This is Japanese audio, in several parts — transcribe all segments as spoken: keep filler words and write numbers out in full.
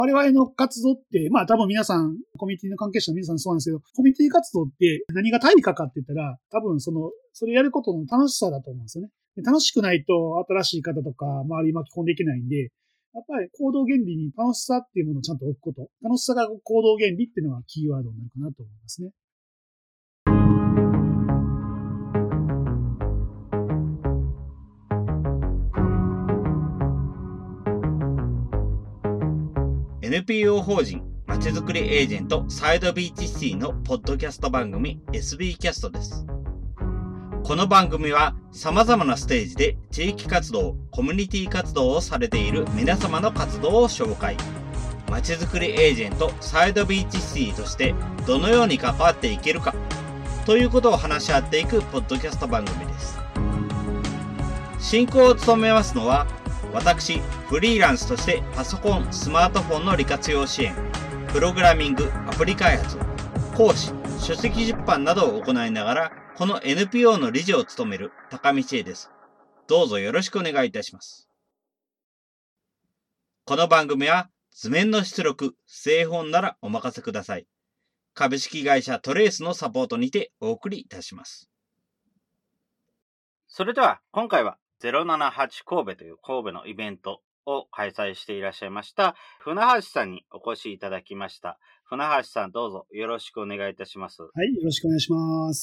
我々の活動って、まあ多分皆さん、コミュニティの関係者の皆さんそうなんですけど、コミュニティ活動って何が対価かって言ったら、多分その、それやることの楽しさだと思うんですよね。で楽しくないと新しい方とか周り巻き込んでいけないんで、やっぱり行動原理に楽しさっていうものをちゃんと置くこと。楽しさが行動原理っていうのがキーワードになるかなと思いますね。 エヌピーオー 法人まちづくりエージェントサイドビーチシティのポッドキャスト番組 エスビー キャストです。この番組は様々なステージで地域活動、コミュニティ活動をされている皆様の活動を紹介。まちづくりエージェントサイドビーチシティとしてどのように関わっていけるかということを話し合っていくポッドキャスト番組です。進行を務めますのは私、フリーランスとしてパソコン、スマートフォンの利活用支援、プログラミング、アプリ開発、講師、書籍出版などを行いながら、この エヌピーオー の理事を務める高道恵です。どうぞよろしくお願いいたします。この番組は図面の出力、製本ならお任せください。株式会社トレースのサポートにてお送りいたします。それでは今回はゼロななはち神戸という神戸のイベントを開催していらっしゃいました船橋さんにお越しいただきました。船橋さん、どうぞよろしくお願いいたします。 はい、よろしくお願いします。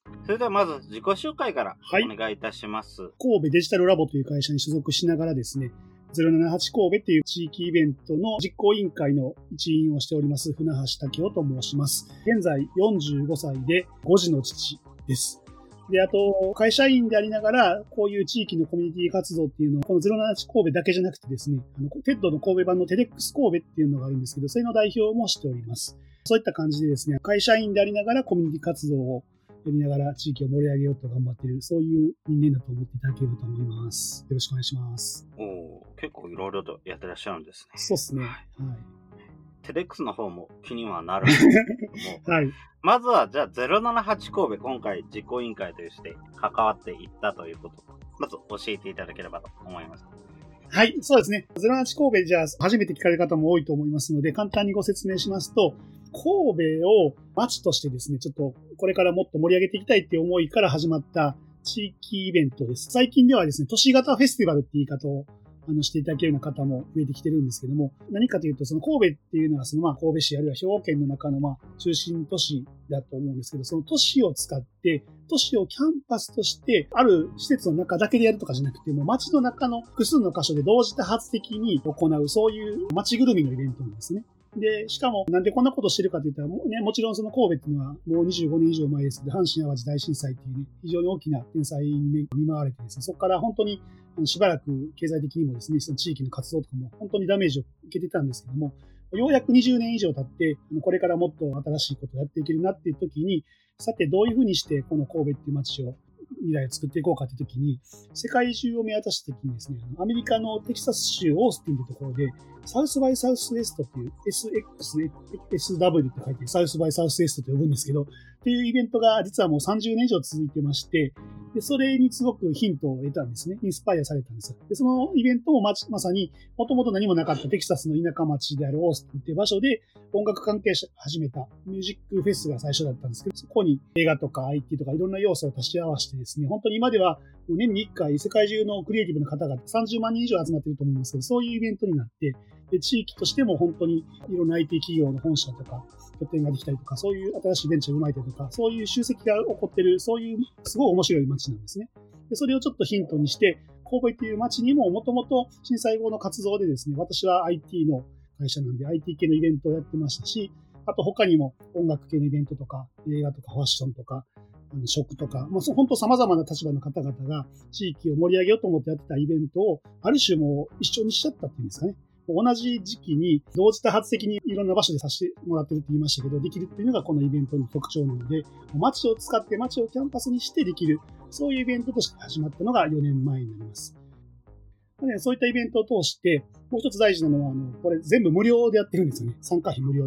それではまず自己紹介からお願いいたします。 はい、神戸デジタルラボという会社に所属しながらですね、ゼロななはち神戸という地域イベントの実行委員会の一員をしております船橋武雄と申します。現在よんじゅうごさいでご児の父です。で、あと、会社員でありながら、こういう地域のコミュニティ活動っていうのを、このゼロななはち神戸だけじゃなくてですね、あの、テッドの神戸版のテデックス神戸っていうのがあるんですけど、それの代表もしております。そういった感じでですね、会社員でありながらコミュニティ活動をやりながら地域を盛り上げようと頑張っている、そういう人間だと思っていただければと思います。よろしくお願いします。 おー、結構いろいろとやってらっしゃるんですね。 そうですね。はい。 テデックスの方も気にはなるんですけども、はい、まずはじゃあゼロななはち神戸今回実行委員会として関わっていったということをまず教えていただければと思います。 はい、そうですね。ゼロななはち神戸じゃあ初めて聞かれる方も多いと思いますので簡単にご説明しますと、神戸を町としてですね、ちょっとこれからもっと盛り上げていきたいっていう思いから始まった地域イベントです。最近ではですね、都市型フェスティバルって言い方をあのしていただけるような方も増えてきてるんですけども、何かというと、その神戸っていうのは、そのまあ神戸市あるいは兵庫県の中のまあ中心都市だと思うんですけど、その都市を使って、都市をキャンパスとして、ある施設の中だけでやるとかじゃなくて、もう街の中の複数の箇所で同時多発的に行う、そういう街ぐるみのイベントなんですね。で、しかも、なんでこんなことしてるかといったら、もうね、もちろんその神戸っていうのはもうにじゅうごねん以上前ですけど、阪神淡路大震災っていうね、非常に大きな天災に見舞われてですね、そこから本当にしばらく経済的にもですね、その地域の活動とかも本当にダメージを受けてたんですけども、ようやくにじゅうねん以上経って、これからもっと新しいことをやっていけるなっていう時に、さてどういうふうにしてこの神戸っていう街を未来を作っていこうかというときに、世界中を見渡したときにですね、アメリカのテキサス州オースティンというところで、サウスバイサウスウエストっていう エスエックスエスダブリュー って書いてサウスバイサウスウエストと呼ぶんですけど、っていうイベントが実はもうさんじゅうねん以上続いてまして、でそれにすごくヒントを得たんですね。インスパイアされたんです。でそのイベントもま、まさに、もともと何もなかったテキサスの田舎町であるオースティンという場所で、音楽関係者が始めたミュージックフェスが最初だったんですけど、そこに映画とか アイティー とかいろんな要素を足し合わせてですね、本当に今では年にいっかい世界中のクリエイティブな方々さんじゅうまんにん以上集まっていると思うんですけど、そういうイベントになって、で地域としても本当にいろんな アイティー 企業の本社とか拠点ができたりとか、そういう新しいベンチャーが生まれたりとか、そういう集積が起こっている、そういうすごい面白い街なんですね。でそれをちょっとヒントにして、神戸という街にももともと震災後の活動でですね、私は アイティー の会社なんで アイティー 系のイベントをやってましたし、あと他にも音楽系のイベントとか映画とかファッションとか食とか、まあ、本当様々な立場の方々が地域を盛り上げようと思ってやってたイベントをある種もう一緒にしちゃったっていうんですかね。同じ時期に同時多発的にいろんな場所でさせてもらってるって言いましたけど、できるっていうのがこのイベントの特徴なので、街を使って街をキャンパスにしてできる、そういうイベントとして始まったのがよねんまえになります。でそういったイベントを通して、もう一つ大事なのは、あのこれ全部無料でやってるんですよね。参加費無料で。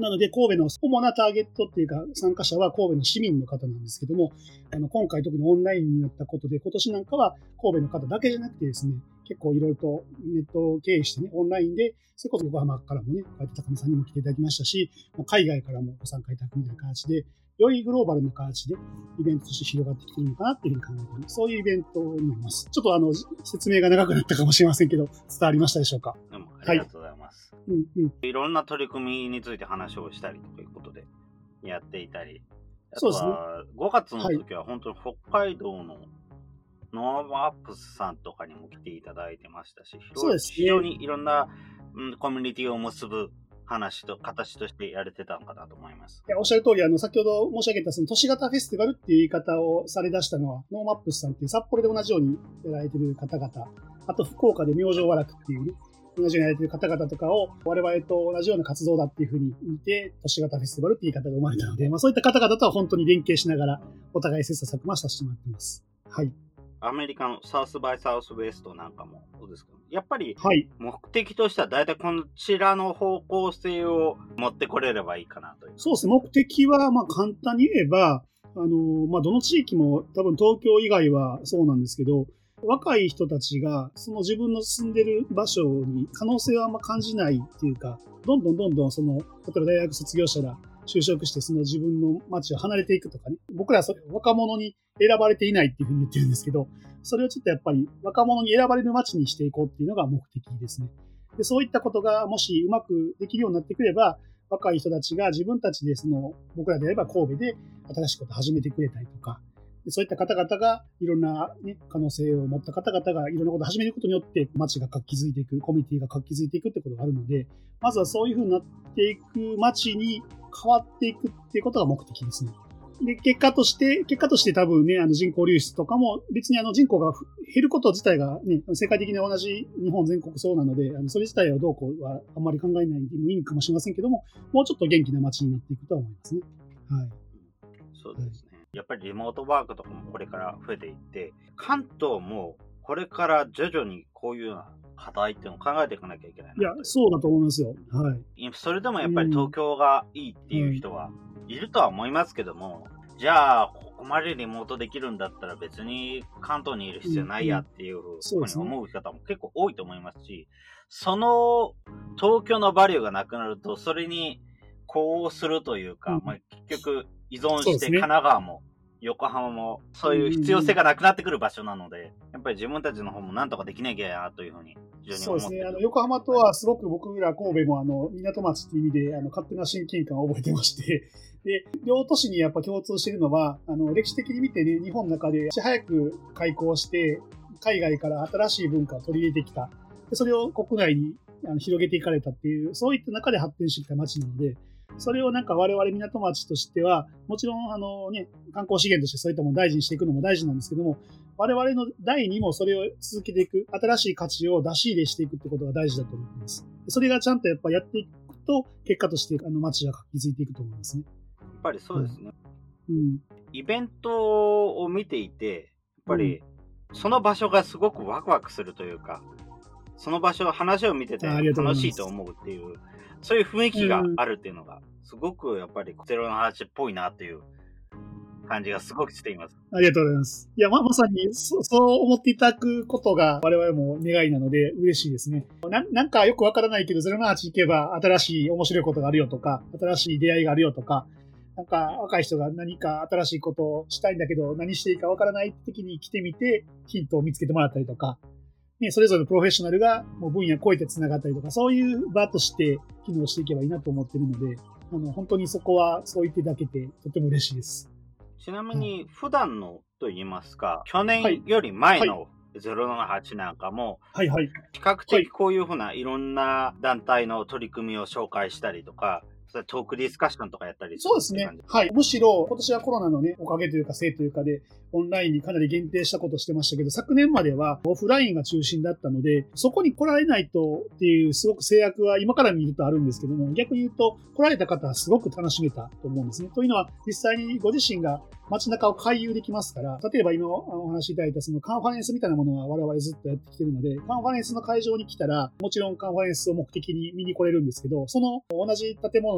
なので、神戸の主なターゲットっていうか、参加者は神戸の市民の方なんですけども、あの今回特にオンラインになったことで、今年なんかは神戸の方だけじゃなくてですね、結構いろいろとネットを経由してね、オンラインで、それこそ横浜からもね、こうやって高見さんにも来ていただきましたし、海外からもご参加いただくみたいな形で、よりグローバルな形でイベントとして広がってきているのかなっていうふうに考えている、そういうイベントになります。ちょっとあの、説明が長くなったかもしれませんけど、伝わりましたでしょうか。 どうもありがとうございます。 はい、うんうん、 いろんな取り組みについて話をしたりということでやっていたり、あとそうですね。 はごがつの時は本当に北海道のノーマアップスさんとかにも来ていただいてましたし、 そうですね、 非常にいろんな、うん、コミュニティを結ぶ話と形としてやれてたのかなと思います。 いや、おっしゃる通り、あの、先ほど申し上げた、その都市型フェスティバルっていう言い方をされ出したのは、ノーマップスさんっていう札幌で同じようにやられてる方々、あと福岡で明星和楽っていうね、同じようにやられてる方々とかを、我々と同じような活動だっていうふうに見て、都市型フェスティバルっていう言い方が生まれたので、まあそういった方々とは本当に連携しながら、お互い切磋琢磨させてもらってます。はい。 アメリカのサウスバイサウスウェストなんかもそうですけど、やっぱり目的としては大体こちらの方向性を持ってこれればいいかなという。 そうですね。目的はまあ簡単に言えば、あのまあ、どの地域も多分東京以外はそうなんですけど、若い人たちがその自分の住んでる場所に可能性をあんま感じないっていうか、どんどんどんどんその、例えば大学卒業者が就職してその自分の街を離れていくとかね。僕らはそれ若者に選ばれていないっていうふうに言ってるんですけど、それをちょっとやっぱり若者に選ばれる街にしていこうっていうのが目的ですね。で、そういったことがもしうまくできるようになってくれば、若い人たちが自分たちでその、僕らであれば神戸で新しいことを始めてくれたりとか、そういった方々がいろんな、ね、可能性を持った方々がいろんなことを始めることによって街が活気づいていく、コミュニティが活気づいていくってことがあるので、まずはそういうふうになっていく街に変わっていくっていうことが目的ですね。で、結果として、結果として多分ね、あの人口流出とかも別にあの人口が減ること自体がね、世界的に同じ日本全国そうなので、あのそれ自体はどうこうはあんまり考えないでもいいかもしれませんけども、もうちょっと元気な街になっていくとは思いますね。はい。 そうですね。はい、やっぱりリモートワークとかもこれから増えていって、関東もこれから徐々にこういうような課題っていうのを考えていかなきゃいけないな。 いや、そうだと思いますよ。はい。 それでもやっぱり東京がいいっていう人はいるとは思いますけども、うん、じゃあ、ここまでリモートできるんだったら別に関東にいる必要ないやっていうふうに思う方も結構多いと思いますし、その東京のバリューがなくなると、それにこうするというか、うん、まあ、結局依存して神奈川も横浜もそういう必要性がなくなってくる場所なので、やっぱり自分たちの方も何とかできなきゃなというふうに非常に思ってそうですね。あの横浜とはすごく僕ら神戸もあの港町っていう意味であの勝手な親近感を覚えてまして、で両都市にやっぱ共通しているのは、あの歴史的に見てね、日本の中でいち早く開港して海外から新しい文化を取り入れてきた。でそれを国内にあの広げていかれたっていう、そういった中で発展してきた町なので、それをなんか我々港町としては、もちろんあのね、観光資源としてそういったものを大事にしていくのも大事なんですけども、我々の代にもそれを続けていく、新しい価値を出し入れしていくってことが大事だと思います。それがちゃんとやっぱやっていくと、結果としてあの街が活気づいていくと思いますね。 やっぱりそうですね。 うん、 イベントを見ていて、やっぱりその場所がすごくワクワクするというか、その場所、話を見てて楽しいと思うっていう、そういう雰囲気があるっていうのが、すごくやっぱりゼロの話っぽいなっていう感じがすごくしています。 ありがとうございます。いや、ま、まさにそ、そう思っていただくことが我々も願いなので嬉しいですね。な、なんかよくわからないけど、ゼロのはち行けば新しい面白いことがあるよとか、新しい出会いがあるよとか、なんか若い人が何か新しいことをしたいんだけど、何していいかわからない時に来てみて、ヒントを見つけてもらったりとか、ね、それぞれのプロフェッショナルがもう分野を超えてつながったりとか、そういう場として機能していけばいいなと思っているので、あの本当にそこはそう言っていただけてとても嬉しいです。 ちなみに普段のと言いますか、はい、去年より前のゼロななはちなんかも、 はいはい、 比較的こういうふうないろんな団体の取り組みを紹介したりとか、トークディスカッションとかやったりする。 そうですね。はい。むしろ、今年はコロナのね、おかげというか、せいというかで、オンラインにかなり限定したことをしてましたけど、昨年まではオフラインが中心だったので、そこに来られないとっていうすごく制約は今から見るとあるんですけども、逆に言うと、来られた方はすごく楽しめたと思うんですね。というのは、実際にご自身が街中を回遊できますから、例えば今お話しいただいたそのカンファレンスみたいなものは我々ずっとやってきているので、カンファレンスの会場に来たら、もちろんカンファレンスを目的に見に来れるんですけど、その同じ建物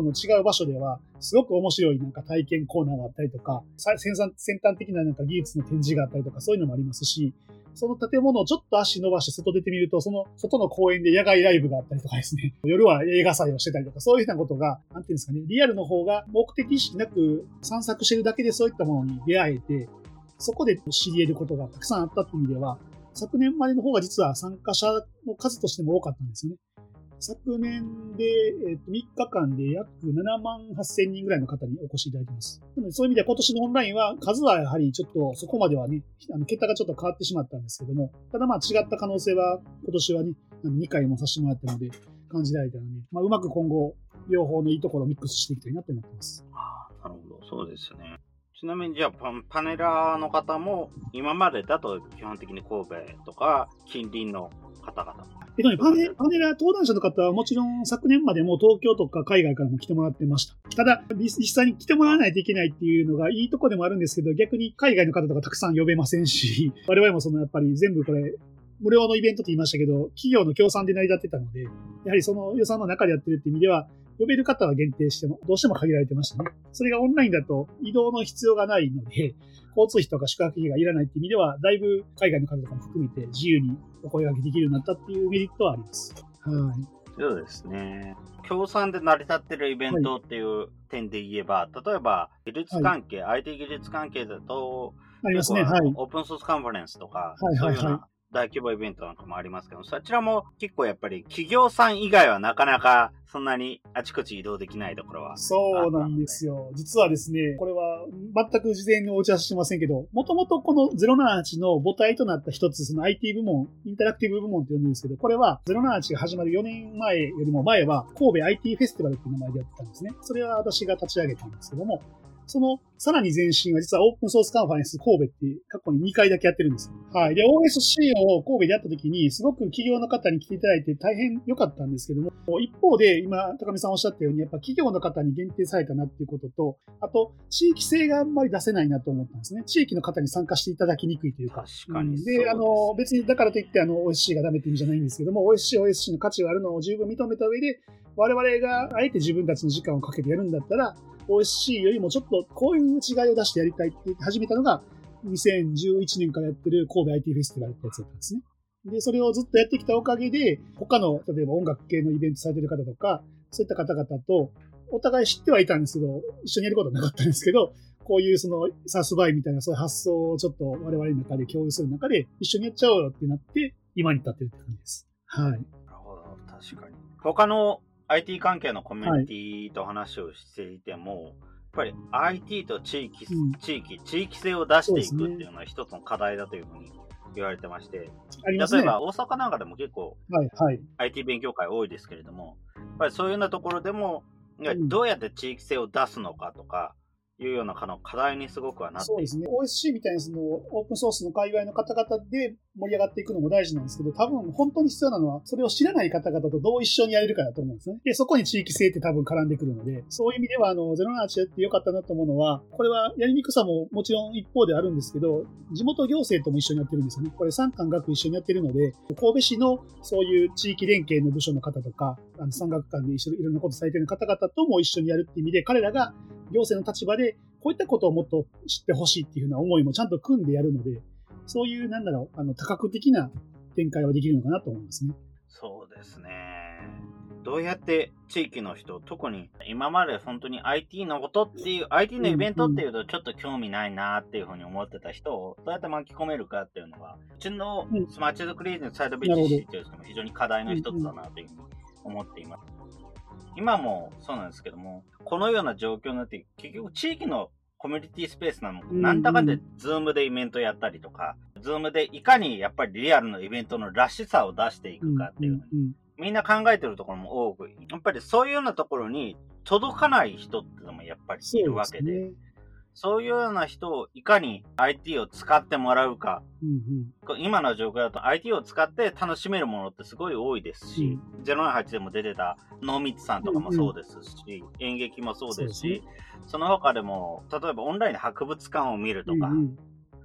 の違う場所では、すごく面白いなんか体験コーナーがあったりとか、先端先端的ななんか技術の展示があったりとか、そういうのもありますし、その建物をちょっと足伸ばして外出てみると、その外の公園で野外ライブがあったりとかですね、夜は映画祭をしてたりとか、そういうふうなことが、なんていうんですかね、リアルの方が目的意識なく散策してるだけでそういったものに出会えて、そこで知り得ることがたくさんあったっていう意味では、昨年までの方が実は参加者の数としても多かったんですよね。昨年で、えー、とみっかかんで約ななまんはっせんにんぐらいの方にお越しいただいています。なのでそういう意味では今年のオンラインは数はやはりちょっとそこまではね、あの桁がちょっと変わってしまったんですけども、ただまあ違った可能性は今年はね、にかいもさせてもらったので感じられたので、まあ、うまく今後両方のいいところをミックスしていきたいなと思っています。 ああ、なるほど、そうですね。ちなみにじゃあ パ, パネラーの方も今までだと基本的に神戸とか近隣の方々。 えっとね、パネ、パネラー登壇者の方はもちろん昨年までも東京とか海外からも来てもらってました。ただ、実際に来てもらわないといけないっていうのがいいとこでもあるんですけど、逆に海外の方とかたくさん呼べませんし、我々もそのやっぱり全部これ、無料のイベントって言いましたけど、企業の協賛で成り立ってたので、やはりその予算の中でやってるっていう意味では、呼べる方は限定しても、どうしても限られてましたね。それがオンラインだと移動の必要がないので、交通費とか宿泊費がいらないっていう意味では、だいぶ海外の方とかも含めて自由にお声掛けできるようになったっていうメリットはあります。はい。 そうですね。協賛で成り立ってるイベントっていう点で言えば、はい、例えば技術関係、はい、アイティー 技術関係だと、 ありますね。はい。 オープンソースカンファレンスとか、 はいはいはい、 そういうような大規模イベントなんかもありますけど、そちらも結構やっぱり企業さん以外はなかなかそんなにあちこち移動できないところは。 そうなんですよ。実はですね、これは全く事前にお打ち合わせしてませんけど、もともとこのゼロななはちの母体となった一つ、その アイティー 部門、インタラクティブ部門って呼んでるんですけど、これはゼロななはちが始まるよねんまえよりも前は神戸 アイティー フェスティバルっていう名前でやってたんですね。それは私が立ち上げたんですけども、そのさらに前身は実はオープンソースカンファレンス神戸って過去ににかいだけやってるんですよ。はい。で、オーエスシー を神戸でやった時にすごく企業の方に来ていただいて大変良かったんですけども、一方で今高見さんおっしゃったようにやっぱ企業の方に限定されたなっていうことと、あと地域性があんまり出せないなと思ったんですね。地域の方に参加していただきにくいというか。 確かにそうです、 うん、で、あの、別にだからといってあの オーエスシー がダメって意味じゃないんですけども、オーエスシー、オーエスシー の価値があるのを十分認めた上で、我々があえて自分たちの時間をかけてやるんだったら、オーエスシー よりもちょっとこういう違いを出してやりたいって言って始めたのがにせんじゅういちねんからやってる神戸 アイティー フェスティバルってやつだったんですね。で、それをずっとやってきたおかげで、他の例えば音楽系のイベントされてる方とか、そういった方々とお互い知ってはいたんですけど、一緒にやることはなかったんですけど、こういうそのサースバイみたいなそういう発想をちょっと我々の中で共有する中で一緒にやっちゃおうよってなって今に至ってるって感じです。はい。なるほど、確かに。他のアイティー 関係のコミュニティと話をしていても、はい、やっぱり アイティー と地域、うん、地域、地域性を出していくっていうのは一つの課題だというふうに言われてまして、ね、例えば大阪なんかでも結構 アイティー 勉強会多いですけれども、やっぱりそういうようなところでも、どうやって地域性を出すのかとか、いうような課題にすごくはなっている。 そうですね。オーエスシー みたいなそのオープンソースの界隈の方々で盛り上がっていくのも大事なんですけど、多分本当に必要なのは、それを知らない方々とどう一緒にやれるかだと思うんですね。で、そこに地域性って多分絡んでくるので、そういう意味では、あの、ゼロななはちやってよかったなと思うのは、これはやりにくさももちろん一方であるんですけど、地元行政とも一緒にやってるんですよね。これ産官学一緒にやってるので、神戸市のそういう地域連携の部署の方とか、あの産学官で一緒にいろんなことされてる方々とも一緒にやるっていう意味で、彼らが行政の立場で、こういったことをもっと知ってほしいっていうふうな思いもちゃんと組んでやるので、そういう、なんだろう、あの、多角的な展開はできるのかなと思いますね。 そうですね。どうやって地域の人、特に今まで本当に アイティー のことっていう、アイティー のイベントっていうとちょっと興味ないなっていうふうに思ってた人をどうやって巻き込めるかっていうのが、うちのまちづくりのサイドビーチシーっていうのも非常に課題の一つだなというふうに思っています。今もそうなんですけども、このような状況になって、結局地域のコミュニティスペースなの、うんうん、なんだかんでズームでイベントやったりとか、ズームでいかにやっぱりリアルのイベントのらしさを出していくかっていう、うんうんうん、みんな考えてるところも多く、やっぱりそういうようなところに届かない人っていうのもやっぱりいるわけで、そうですね。そういうような人をいかに アイティー を使ってもらうか、うんうん、今の状況だと アイティー を使って楽しめるものってすごい多いですし、うん、ゼロななはちでも出てた濃密さんとかもそうですし、うんうん、演劇もそうですし、そ, その他でも例えばオンラインで博物館を見るとか、うんうん、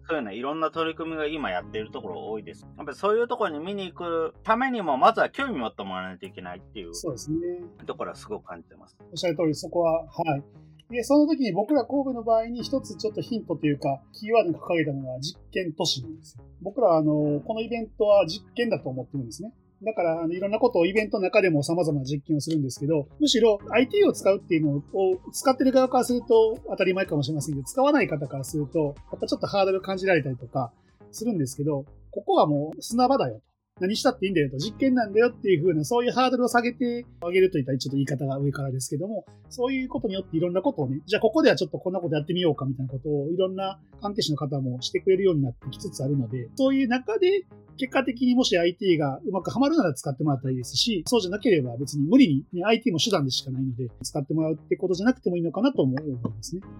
そういうのいろんな取り組みが今やっているところ多いです。やっぱりそういうところに見に行くためにも、まずは興味持ってもらわないといけないっていうそうですね。 ところはすごく感じてます。 おっしゃる通り、そこは、はい。で、その時に僕ら神戸の場合に一つちょっとヒントというか、キーワードに掲げたのが実験都市なんですよ。僕らはあの、このイベントは実験だと思ってるんですね。だから、あのいろんなことをイベントの中でも様々な実験をするんですけど、むしろ アイティー を使うっていうのを使ってる側からすると当たり前かもしれませんけど、使わない方からすると、やっぱちょっとハードル感じられたりとかするんですけど、ここはもう砂場だよと。何したっていいんだよと、実験なんだよっていう風な、そういうハードルを下げてあげるといったら、ちょっと言い方が上からですけども、そういうことによっていろんなことをね、じゃあここではちょっとこんなことやってみようかみたいなことをいろんな関係者の方もしてくれるようになってきつつあるので、そういう中で結果的にもし アイティー がうまくはまるなら使ってもらったらいいですし、そうじゃなければ別に無理に、ね、アイティー も手段でしかないので、使ってもらうってことじゃなくてもいいのかなと思いますね。はい、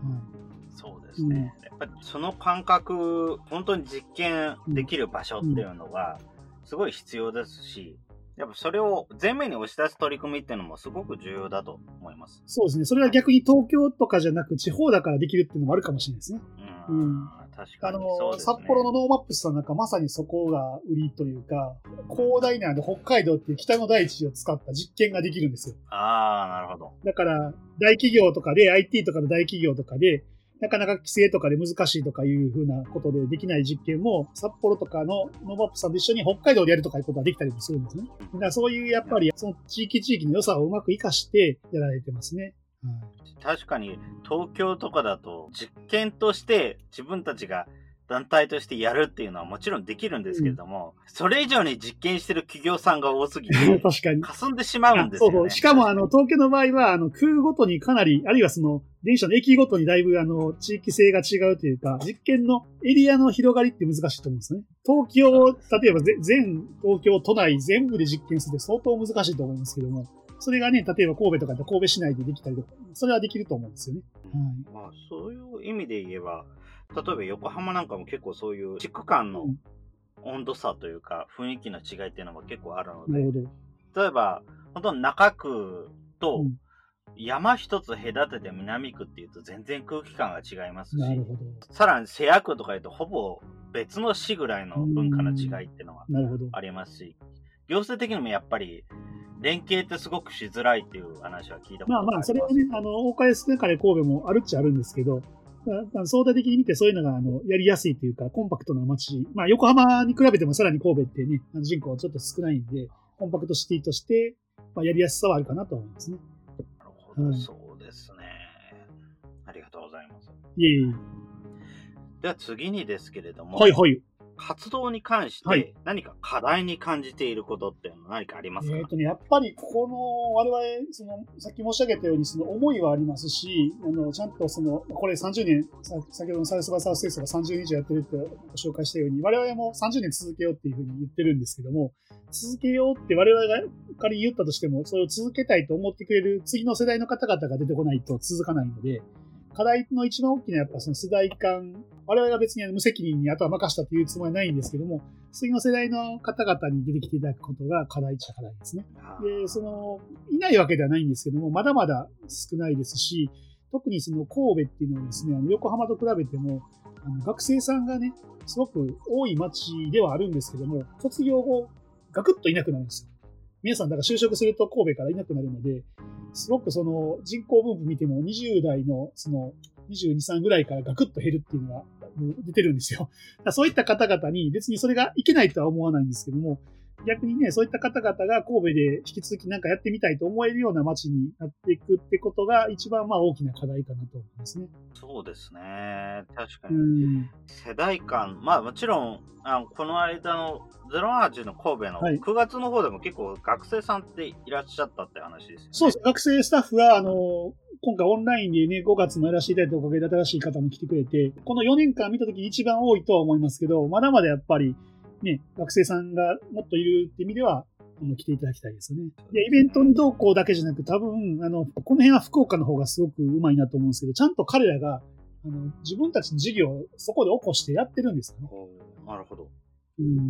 そうですね、うん。やっぱりその感覚、本当に実験できる場所っていうのがすごい必要ですし、やっぱそれを前面に押し出す取り組みっていうのもすごく重要だと思います。 そうですね。それは逆に東京とかじゃなく地方だからできるっていうのもあるかもしれないですね。 うん。うん確かにあのそうですね、 札幌のノーマップスさんなんかまさにそこが売りというか、広大な北海道っていう北の大地を使った実験ができるんですよ。 ああ、なるほど。 だから大企業とかで アイティー とかの大企業とかでなかなか規制とかで難しいとかいうふうなことでできない実験も札幌とかのノーマップさんと一緒に北海道でやるとかいうことができたりもするんですね。だからそういうやっぱりその地域地域の良さをうまく活かしてやられてますね。 はい、確かに東京とかだと実験として自分たちが団体としてやるっていうのはもちろんできるんですけれども、うん、それ以上に実験してる企業さんが多すぎて確かに霞んでしまうんですよね。 そうそう。しかもあの東京の場合はあの区ごとにかなり、あるいはその電車の駅ごとにだいぶあの地域性が違うというか、実験のエリアの広がりって難しいと思うんですね。東京、例えば全東京都内全部で実験するって相当難しいと思いますけども、それがね、例えば神戸とかで神戸市内でできたりとか、それはできると思うんですよね。 うんはいまあ、そういう意味で言えば、例えば横浜なんかも結構そういう地区間の温度差というか雰囲気の違いっていうのも結構あるので、例えば本当に中区と山一つ隔てて南区っていうと全然空気感が違いますし、さらに瀬谷区とかいうとほぼ別の市ぐらいの文化の違いっていうのはありますし、行政的にもやっぱり連携ってすごくしづらいっていう話は聞いたことがあります。まあまあそれはね、 あの大会少なかれ神戸もあるっちゃあるんですけど、相対的に見てそういうのがあのやりやすいというかコンパクトな街、まあ横浜に比べてもさらに神戸ってね人口ちょっと少ないんでコンパクトシティとして、まあ、やりやすさはあるかなと思いますね。 なるほど、はい、そうですね。ありがとうございます。 いえいえ。 では次にですけれども、 はいはい。 活動に関して何か課題に感じていることって何かありますか？ えーとね、やっぱりこの我々そのさっき申し上げたようにその思いはありますし、あのちゃんとそのこれさんじゅうねん先ほどのサウスバサウステイスがさんじゅうねん以上やってるってご紹介したように我々もさんじゅうねん続けようっていうふうに言ってるんですけども、続けようって我々が仮に言ったとしてもそれを続けたいと思ってくれる次の世代の方々が出てこないと続かないので、課題の一番大きなやっぱその世代間、我々が別に無責任にあとは任したというつもりはないんですけども、次の世代の方々に出てきていただくことが課題っちゃ課題ですね。で、その、いないわけではないんですけども、まだまだ少ないですし、特にその神戸っていうのはですね、あの横浜と比べても、あの学生さんがね、すごく多い町ではあるんですけども、卒業後、ガクッといなくなるんですよ。皆さん、だから就職すると神戸からいなくなるので、すごくその人口分布見てもにじゅう代のそのにじゅうに、さんぐらいからガクッと減るっていうのが出てるんですよ。そういった方々に別にそれがいけないとは思わないんですけども、逆にね、そういった方々が神戸で引き続きなんかやってみたいと思えるような街になっていくってことが一番まあ大きな課題かなと思いますね。 そうですね。確かに。世代間、まあもちろん、あのこの間のゼロはちの神戸のくがつの方でも結構学生さんっていらっしゃったって話ですよね。 そうです。学生スタッフは、あの、今回オンラインでね、ごがつもやらせていただいたおかげで新しい方も来てくれて、このよねんかん見たときに一番多いとは思いますけど、まだまだやっぱりね、学生さんがもっといるって意味では、あの来ていただきたいですよね。で、イベントに同行だけじゃなく、多分、あの、この辺は福岡の方がすごくうまいなと思うんですけど、ちゃんと彼らが、あの、自分たちの事業をそこで起こしてやってるんですよね。 なるほど。 うん。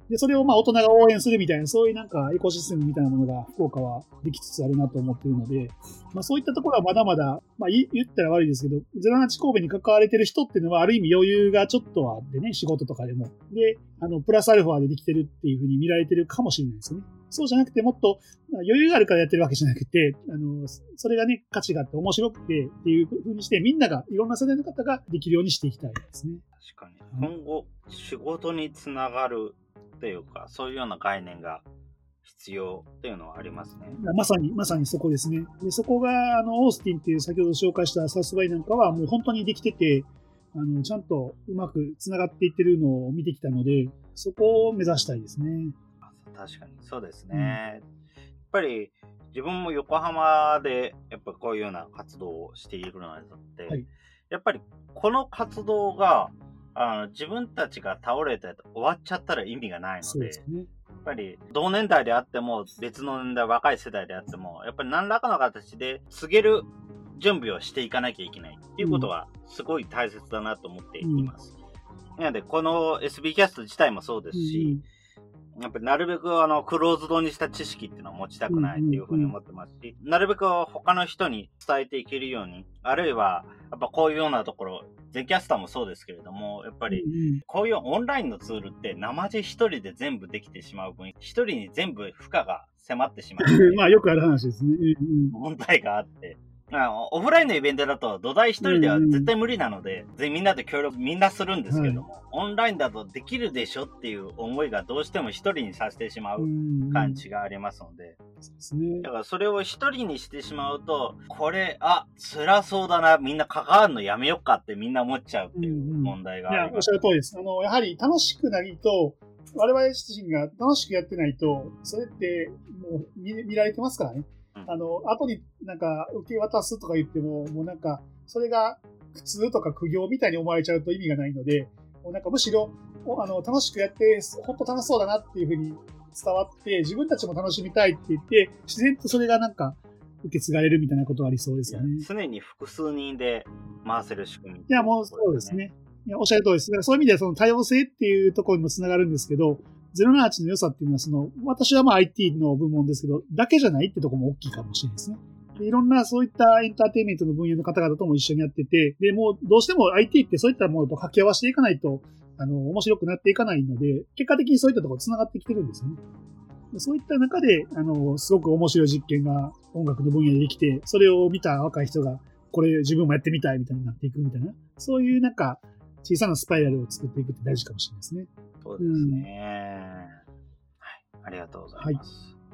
で、それをまあ大人が応援するみたいな、そういうなんかエコシステムみたいなものが福岡はできつつあるなと思っているので、まあそういったところはまだまだ、まあ言ったら悪いですけど、ゼロなな神戸に関われてる人っていうのはある意味余裕がちょっとあってね、仕事とかでも。で、あの、プラスアルファでできてるっていうふうに見られてるかもしれないですよね。そうじゃなくてもっと余裕があるからやってるわけじゃなくて、あの、それがね、価値があって面白くてっていうふうにして、みんなが、いろんな世代の方ができるようにしていきたいですね。 確かに。今後、仕事につながるっていうか、そういうような概念が必要っていうのはありますね。 まさに、まさにそこですね。で、そこが、あの、オースティンっていう先ほど紹介したサスバイなんかはもう本当にできてて、あの、ちゃんとうまくつながっていってるのを見てきたので、そこを目指したいですね。 確かに、そうですね。うん、やっぱり、自分も横浜で、やっぱこういうような活動をしているのにあたって、はい、やっぱりこの活動が、あの自分たちが倒れて終わっちゃったら意味がないの で, で、ね、やっぱり同年代であっても別の年代若い世代であってもやっぱり何らかの形で告げる準備をしていかなきゃいけないっていうことはすごい大切だなと思っています、うん、なのでこの エスビー キャスト自体もそうですし、うん、やっぱりなるべくあのクローズドにした知識っていうのを持ちたくないっていうふうに思ってますし、なるべく他の人に伝えていけるように、あるいはやっぱこういうようなところ、全キャスターもそうですけれども、やっぱりこういうオンラインのツールって生地一人で全部できてしまう分、一人に全部負荷が迫ってしまう。 まあよくある話ですね。 問題があって。オフラインのイベントだと土台一人では絶対無理なので、うんうん、みんなで協力みんなするんですけども、はい、オンラインだとできるでしょっていう思いがどうしても一人にさせてしまう感じがありますので、 そうですね、 だからそれを一人にしてしまうと、これ、あ、辛そうだな、みんな関わるのやめよっかってみんな思っちゃうっていう問題があります。 うんうん、いや、おっしゃる通りです。あの、やはり楽しくないと、我々自身が楽しくやってないと、それってもう 見, 見られてますからね。あの、後になんか受け渡すとか言っても、もうなんか、それが苦痛とか苦行みたいに思われちゃうと意味がないので、もうなんかむしろ、あの、楽しくやって、ほんと楽しそうだなっていうふうに伝わって、自分たちも楽しみたいって言って、自然とそれがなんか、受け継がれるみたいなことがありそうですよね。 常に複数人で回せる仕組み、ね。 いや、もうそうですね。いや、おっしゃる通りです。だからそういう意味ではその多様性っていうところにもつながるんですけど、ゼロななはちの良さっていうのは、その、私はまあ アイティー の部門ですけど、だけじゃないってところも大きいかもしれないですね。でいろんなそういったエンターテインメントの分野の方々とも一緒にやってて、で、もうどうしても アイティー ってそういったものと掛け合わせていかないと、あの、面白くなっていかないので、結果的にそういったところ繋がってきてるんですよね。でそういった中で、あの、すごく面白い実験が音楽の分野でできて、それを見た若い人が、これ自分もやってみたいみたいになっていくみたいな、そういうなんか、小さなスパイラルを作っていくって大事かもしれないですね。 そうですね。うんありがとうございます。はい、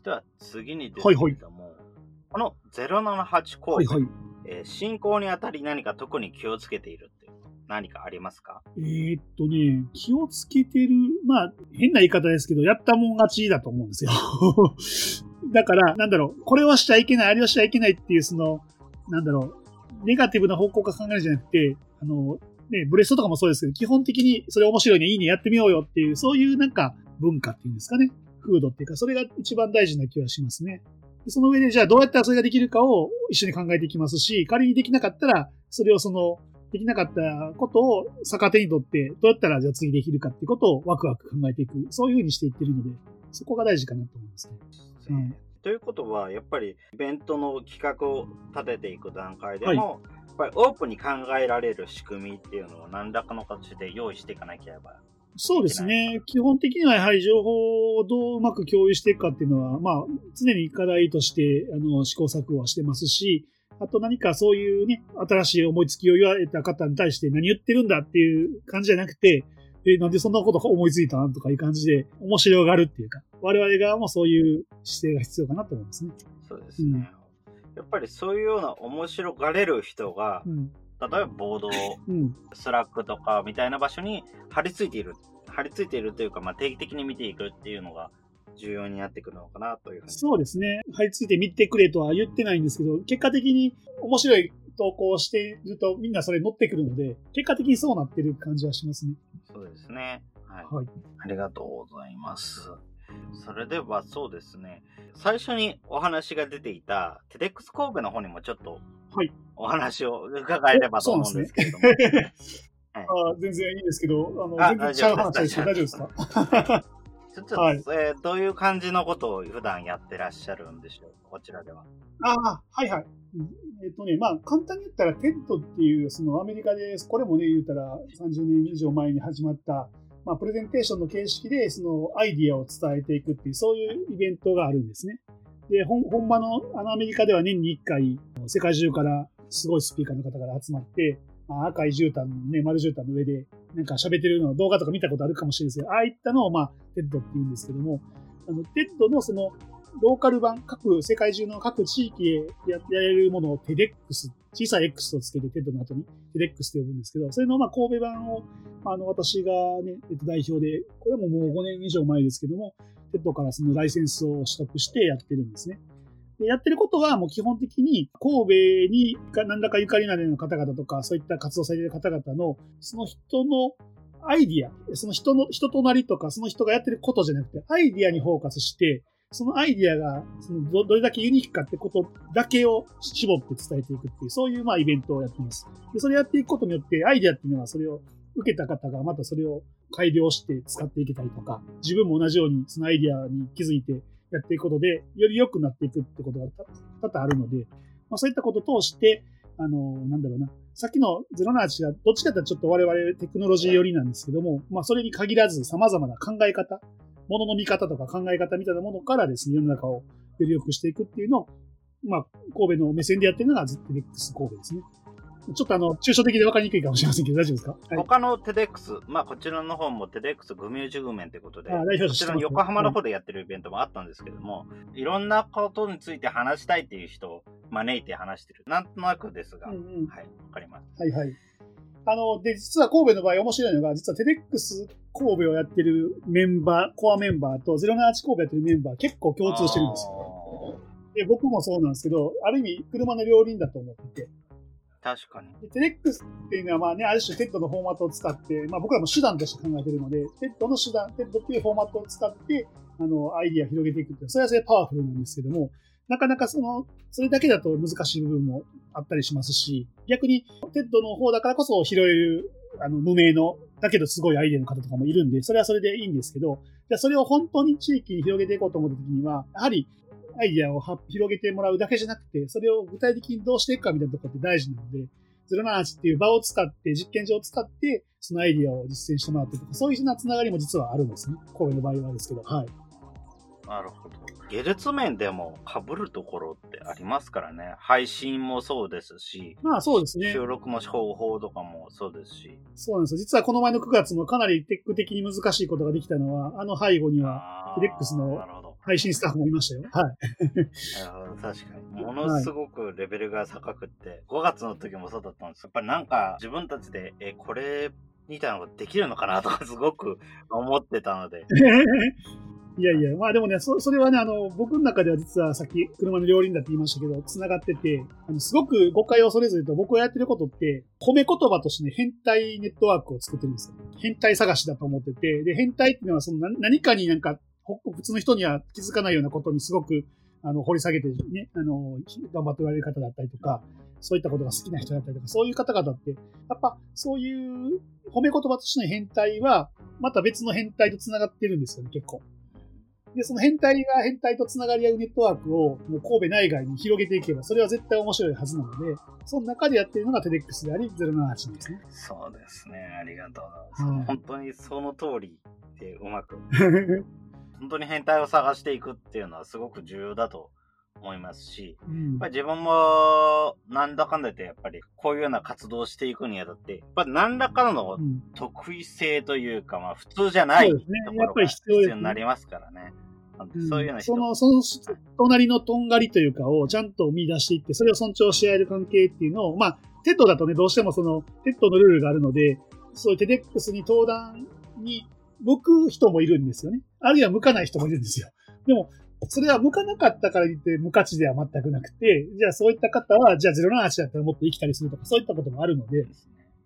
では次にですけれども、はいはい、このゼロななはち神戸、はいはいえー、進行にあたり何か特に気をつけているって何かありますか？ えー、っとね、気をつけてる、まあ変な言い方ですけど、やったもん勝ちだと思うんですよ。だから、なんだろう、これはしちゃいけない、あれはしちゃいけないっていう、その、なんだろう、ネガティブな方向から考えるんじゃなくて、あの、ね、ブレストとかもそうですけど、基本的にそれ面白いね、いいね、やってみようよっていう、そういうなんか文化っていうんですかね。風土っていうか、それが一番大事な気はしますね。でその上で、じゃあどうやったらそれができるかを一緒に考えていきますし、仮にできなかったら、それをその、できなかったことを逆手にとって、どうやったらじゃあ次できるかっていうことをワクワク考えていく。そういう風にしていってるので、そこが大事かなと思いますね。 うん、ということは、やっぱりイベントの企画を立てていく段階でも、はい、やっぱりオープンに考えられる仕組みっていうのを何らかの形で用意していかなければ。 そうですね。基本的にはやはり情報をどううまく共有していくかっていうのは、まあ、常に課題としてあの試行錯誤はしてますし、あと何かそういうね、新しい思いつきを言われた方に対して何言ってるんだっていう感じじゃなくて、え、なんでそんなこと思いついたんとかいう感じで面白がるっていうか、我々側もそういう姿勢が必要かなと思いますね。 そうですね。うん、やっぱりそういうような面白がれる人が、うん例えばボード、うん、スラックとかみたいな場所に張り付いている。張り付いているというか、まあ、定期的に見ていくっていうのが重要になってくるのかなというふうに。 そうですね。張り付いて見てくれとは言ってないんですけど、結果的に面白い投稿をしているとみんなそれ乗ってくるので、結果的にそうなってる感じはしますね。 そうですね。はい。はい、ありがとうございます。それではそうですね。最初にお話が出ていたテデックス神戸の方にもちょっとお話を伺えればと思うんですけれども。はいはい、あ全然いいですけど、あのあ全然ちゃう話ですけど大丈夫ですか？ ちょっと、はい、えー、どういう感じのことを普段やってらっしゃるんでしょう、こちらでは。 ああ、はいはい。えっとね、まあ、簡単に言ったら、テッドっていう、そのアメリカで、これもね、言うたらさんじゅうねん以上前に始まった、まあ、プレゼンテーションの形式で、そのアイディアを伝えていくっていう、そういうイベントがあるんですね。で、ほん、本場の、あの、アメリカでは年にいっかい、世界中からすごいスピーカーの方が集まって、まあ、赤い絨毯のね、丸絨毯の上で、なんか喋ってるのを動画とか見たことあるかもしれないですけど、ああいったのを、まあ、テッドって言うんですけども、あの、テッドのその、ローカル版、各、世界中の各地域へやれるものをテデックス、小さい X をつけてテッドの後にテデックスと呼ぶんですけど、それのまあ神戸版を、あの、私がね、えっと、代表で、これももうごねん以上前ですけども、テッドからそのライセンスを取得してやってるんですね。でやってることはもう基本的に神戸に何らかゆかりのある方々とか、そういった活動されている方々の、その人のアイディア、その人の、人となりとか、その人がやってることじゃなくて、アイディアにフォーカスして、そのアイディアがその ど, どれだけユニークかってことだけを絞って伝えていくっていう、そういうまあイベントをやっています。でそれやっていくことによって、アイディアっていうのはそれを受けた方がまたそれを改良して使っていけたりとか、自分も同じようにそのアイディアに気づいてやっていくことで、より良くなっていくってことが多々あるので、まあ、そういったことを通して、あの、なんだろうな、さっきのゼロななはちがどっちかというとちょっと我々テクノロジー寄りなんですけども、まあそれに限らず様々な考え方、ものの見方とか考え方みたいなものからですね、世の中をより良くしていくっていうのを、まあ、神戸の目線でやってるのが テデックス 神戸ですね。ちょっとあの、抽象的で分かりにくいかもしれませんけど、大丈夫ですか？はい、 他の テデックス、まあこちらの方も テデックス グミュージグメンということで、 あ代表こちらの横浜の方でやってるイベントもあったんですけども、はい、いろんなことについて話したいっていう人を招いて話してる。なんとなくですが、うんうん、はい、わかります。 はいはい。あの、で、実は神戸の場合面白いのが、実は テデックス 神戸をやってるメンバー、コアメンバーとゼロななはち神戸やってるメンバー結構共通してるんですよ。で、僕もそうなんですけど、ある意味車の両輪だと思ってて。 確かに。 テデックスっていうのはまあね、ある種テッドのフォーマットを使って、まあ僕らも手段として考えているので、テッドの手段、テッドっていうフォーマットを使って、あの、アイディアを広げていくっていう、それはそれパワフルなんですけども、なかなかその、それだけだと難しい部分もあったりしますし、逆にテッドの方だからこそ拾える、あの、無名の、だけどすごいアイデアの方とかもいるんで、それはそれでいいんですけど、じゃあそれを本当に地域に広げていこうと思った時には、やはりアイデアを広げてもらうだけじゃなくて、それを具体的にどうしていくかみたいなところって大事なので、ゼロななはちっていう場を使って、実験場を使って、そのアイディアを実践してもらってとか、そういうふうなつながりも実はあるんですね。神戸の場合はですけど。はい。 なるほど。技術面でも被るところってありますからね。配信もそうですし。 まあそうですね。 収録の方法とかもそうですし。 そうなんですよ。実はこの前のくがつもかなりテック的に難しいことができたのは、あの背後には、テデックスの配信スタッフもいましたよ。はい。 なるほど、確かに。ものすごくレベルが高くって、はい、ごがつの時もそうだったんです。やっぱりなんか自分たちで、え、これみたいなのができるのかなとかすごく思ってたので。 いやいや、まあでもね、そ, それはね、あの、僕の中では実はさっき車の両輪だって言いましたけど、繋がってて、あのすごく誤解を恐れずに言うと、僕がやってることって、褒め言葉として、ね、変態ネットワークを作ってるんですよ。変態探しだと思ってて、で、変態っていうのはその何かになんか、普通の人には気づかないようなことにすごく、あの、掘り下げてね、あの、頑張っておられる方だったりとか、そういったことが好きな人だったりとか、そういう方々って、やっぱそういう褒め言葉としての変態は、また別の変態と繋がってるんですよね、結構。で、その変態が変態と繋がり合うネットワークをもう神戸内外に広げていけば、それは絶対面白いはずなので、その中でやっているのがテデックスであり、ゼロななはちですね。 そうですね。ありがとうございます。はい、本当にその通りでうまく。本当に変態を探していくっていうのはすごく重要だと思いますし、うん、やっぱり自分もなんだかんだ言ってやっぱりこういうような活動をしていくにあたって、やっぱり何らかの得意性というか、まあ普通じゃないところが必要になりますからね。うん、そういうような人、 その、その隣のとんがりというかをちゃんと見出していって、それを尊重し合える関係っていうのを、まあ、テッドだとね、どうしてもその、テッドのルールがあるので、そういうテデックスに登壇に向く人もいるんですよね。あるいは向かない人もいるんですよ。でも、それは向かなかったから言って無価値では全くなくて、じゃあそういった方は、じゃあゼロななはちだったらもっと生きたりするとか、そういったこともあるので、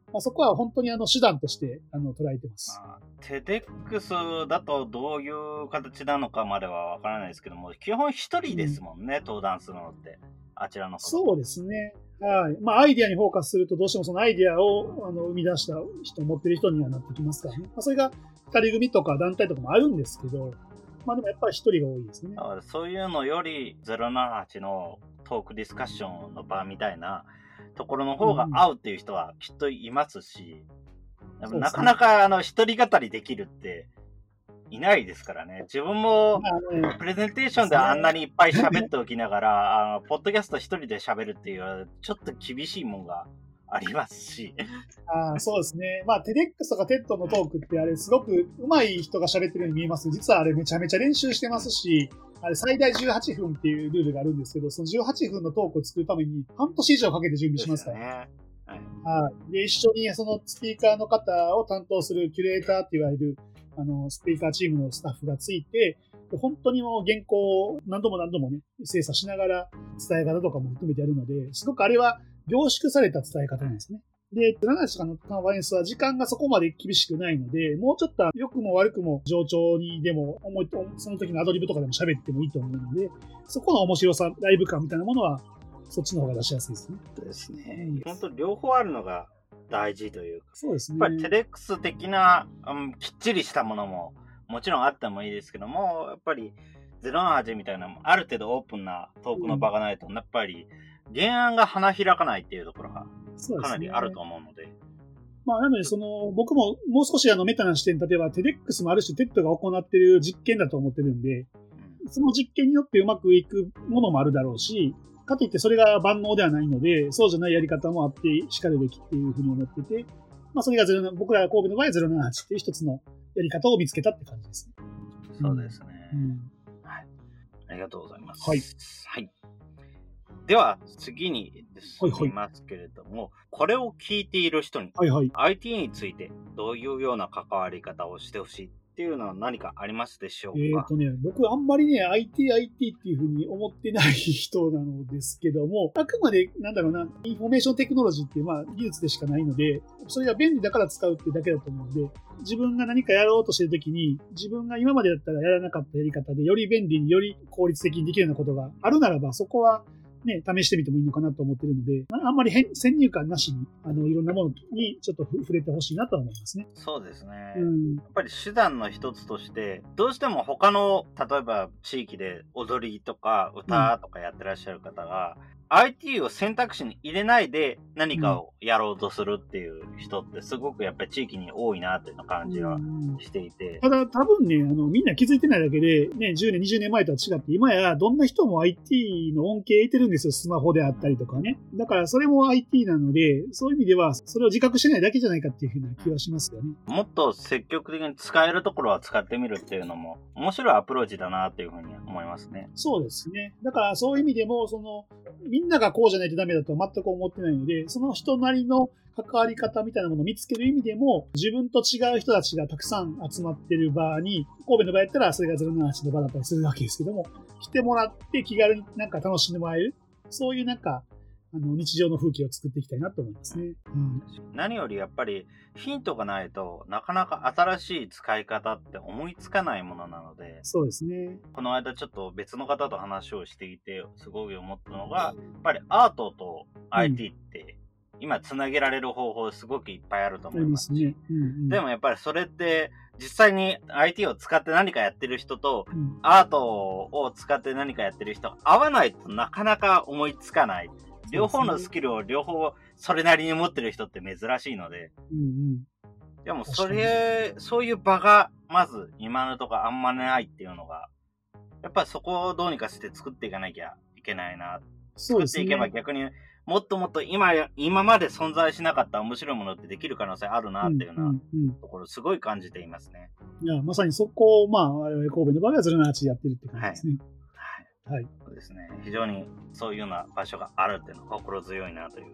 まあ、そこは本当にあの手段としてあの捉えてます。 まあ、テデックスだとどういう形なのかまではわからないですけども、基本一人ですもんね、うん、登壇するのって。あちらの方。 そうですね。はい。まあ、アイディアにフォーカスすると、どうしてもそのアイディアをあの生み出した人、持ってる人にはなってきますからね。まあ、それが二人組とか団体とかもあるんですけど、まあでもやっぱり一人が多いですね。 そういうのよりゼロななはちのトークディスカッションの場みたいなところの方が合うっていう人はきっといますし、うん、なかなかあの一人語りできるっていないですからね。自分もプレゼンテーションであんなにいっぱい喋っておきながら、あのポッドキャスト一人で喋るっていうちょっと厳しいもんがありますし。 あそうですね。まあ、テデックスとかテッドのトークってあれすごく上手い人が喋ってるように見えます。実はあれめちゃめちゃ練習してますし、あれ最大じゅうはっぷんっていうルールがあるんですけど、そのじゅうはっぷんのトークを作るために半年以上かけて準備しますから。ねはい、で、一緒にそのスピーカーの方を担当するキュレーターって言われるあのスピーカーチームのスタッフがついて、本当にもう原稿を何度も何度もね、精査しながら伝え方とかも含めてやるので、すごくあれは凝縮された伝え方なんですね。で、ゼロななはちとかのカンファレンスは時間がそこまで厳しくないので、もうちょっと良くも悪くも冗長にでも思い、その時のアドリブとかでも喋ってもいいと思うので、そこの面白さ、ライブ感みたいなものは、そっちの方が出しやすいですね。 そうですね。本当両方あるのが大事というか。 そうですね。 やっぱりテデックス的な、うん、きっちりしたものももちろんあってもいいですけども、やっぱりゼロななはちみたいな、ある程度オープンなトークの場がないと、うん、やっぱり原案が花開かないっていうところがかなりあると思うので。 まあ、なので、その、僕ももう少しあのメタな視点、例えばテデックスもある種テッドが行っている実験だと思ってるんで、うん、その実験によってうまくいくものもあるだろうし、かといってそれが万能ではないので、そうじゃないやり方もあって叱るべきっていうふうに思ってて、まあそれがゼロ僕ら神戸の場合はゼロななはちっていう一つのやり方を見つけたって感じですね。 そうですね。 うんはい。ありがとうございます。 はい。 はい。では次に進みますけれども、はいはい、これを聞いている人に、 はいはい、 アイティー についてどういうような関わり方をしてほしいっていうのは何かありますでしょうか？ えっとね、僕あんまりね、アイティー、アイティー っていうふうに思ってない人なのですけども、あくまで、なんだろうな、インフォメーションテクノロジーっていう、まあ、技術でしかないので、それが便利だから使うっていうだけだと思うんで、自分が何かやろうとしてるときに、自分が今までだったらやらなかったやり方で、より便利により効率的にできるようなことがあるならば、そこは、ね、試してみてもいいのかなと思ってるので、あんまり先入観なしに、あの、いろんなものにちょっと触れてほしいなとは思いますね。 そうですね。 うん、 やっぱり手段の一つとして、どうしても他の、例えば地域で踊りとか歌とかやってらっしゃる方が、うん、アイティー を選択肢に入れないで何かをやろうとするっていう人ってすごくやっぱり地域に多いなっていう感じはしていて。 ただ多分ね、あの、みんな気づいてないだけで、ね、じゅうねん、にじゅうねんまえとは違って、今やどんな人も アイティー の恩恵得てるんですよ。スマホであったりとかね。だからそれも アイティー なので、そういう意味ではそれを自覚してないだけじゃないかっていうふうな気はしますよね。 もっと積極的に使えるところは使ってみるっていうのも面白いアプローチだなっていうふうに思いますね。 そうですね。だからそういう意味でも、その、みんながこうじゃないとダメだとは全く思ってないので、その人なりの関わり方みたいなものを見つける意味でも、自分と違う人たちがたくさん集まってる場に、神戸の場合やったらそれがゼロななはちの場だったりするわけですけども、来てもらって気軽になんか楽しんでもらえる、そういうなんか、あの日常の風景を作っていきたいなと思いますね。うん、 何よりやっぱりヒントがないとなかなか新しい使い方って思いつかないものなので。 そうですね。 この間ちょっと別の方と話をしていてすごい思ったのが、やっぱりアートと アイティー って、うん、今つなげられる方法すごくいっぱいあると思いますし、 ねうんうん、 でもやっぱりそれって実際に アイティー を使って何かやってる人と、うん、アートを使って何かやってる人合わないとなかなか思いつかない。両方のスキルを両方それなりに持ってる人って珍しいので、 うんうん、 でもそれそういう場がまず今のところあんまないっていうのがやっぱりそこをどうにかして作っていかなきゃいけないな。 そうですね、 作っていけば逆にもっともっと今今まで存在しなかった面白いものってできる可能性あるなっていうようなところすごい感じていますね。 いやまさにそこをまあ我々神戸の場合はゼロななはちやってるって感じですね。 はいはい、そうですね。非常にそういうような場所があるっていうのは心強いなという。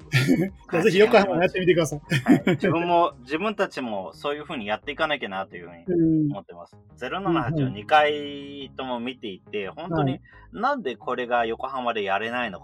ぜひ横浜やってみてください。 はい、自分も、自分たちもそういうふうにやっていかなきゃなというふうに思ってます。ゼロななはちをにかいとも見ていて、本当になんでこれが横浜でやれないのかと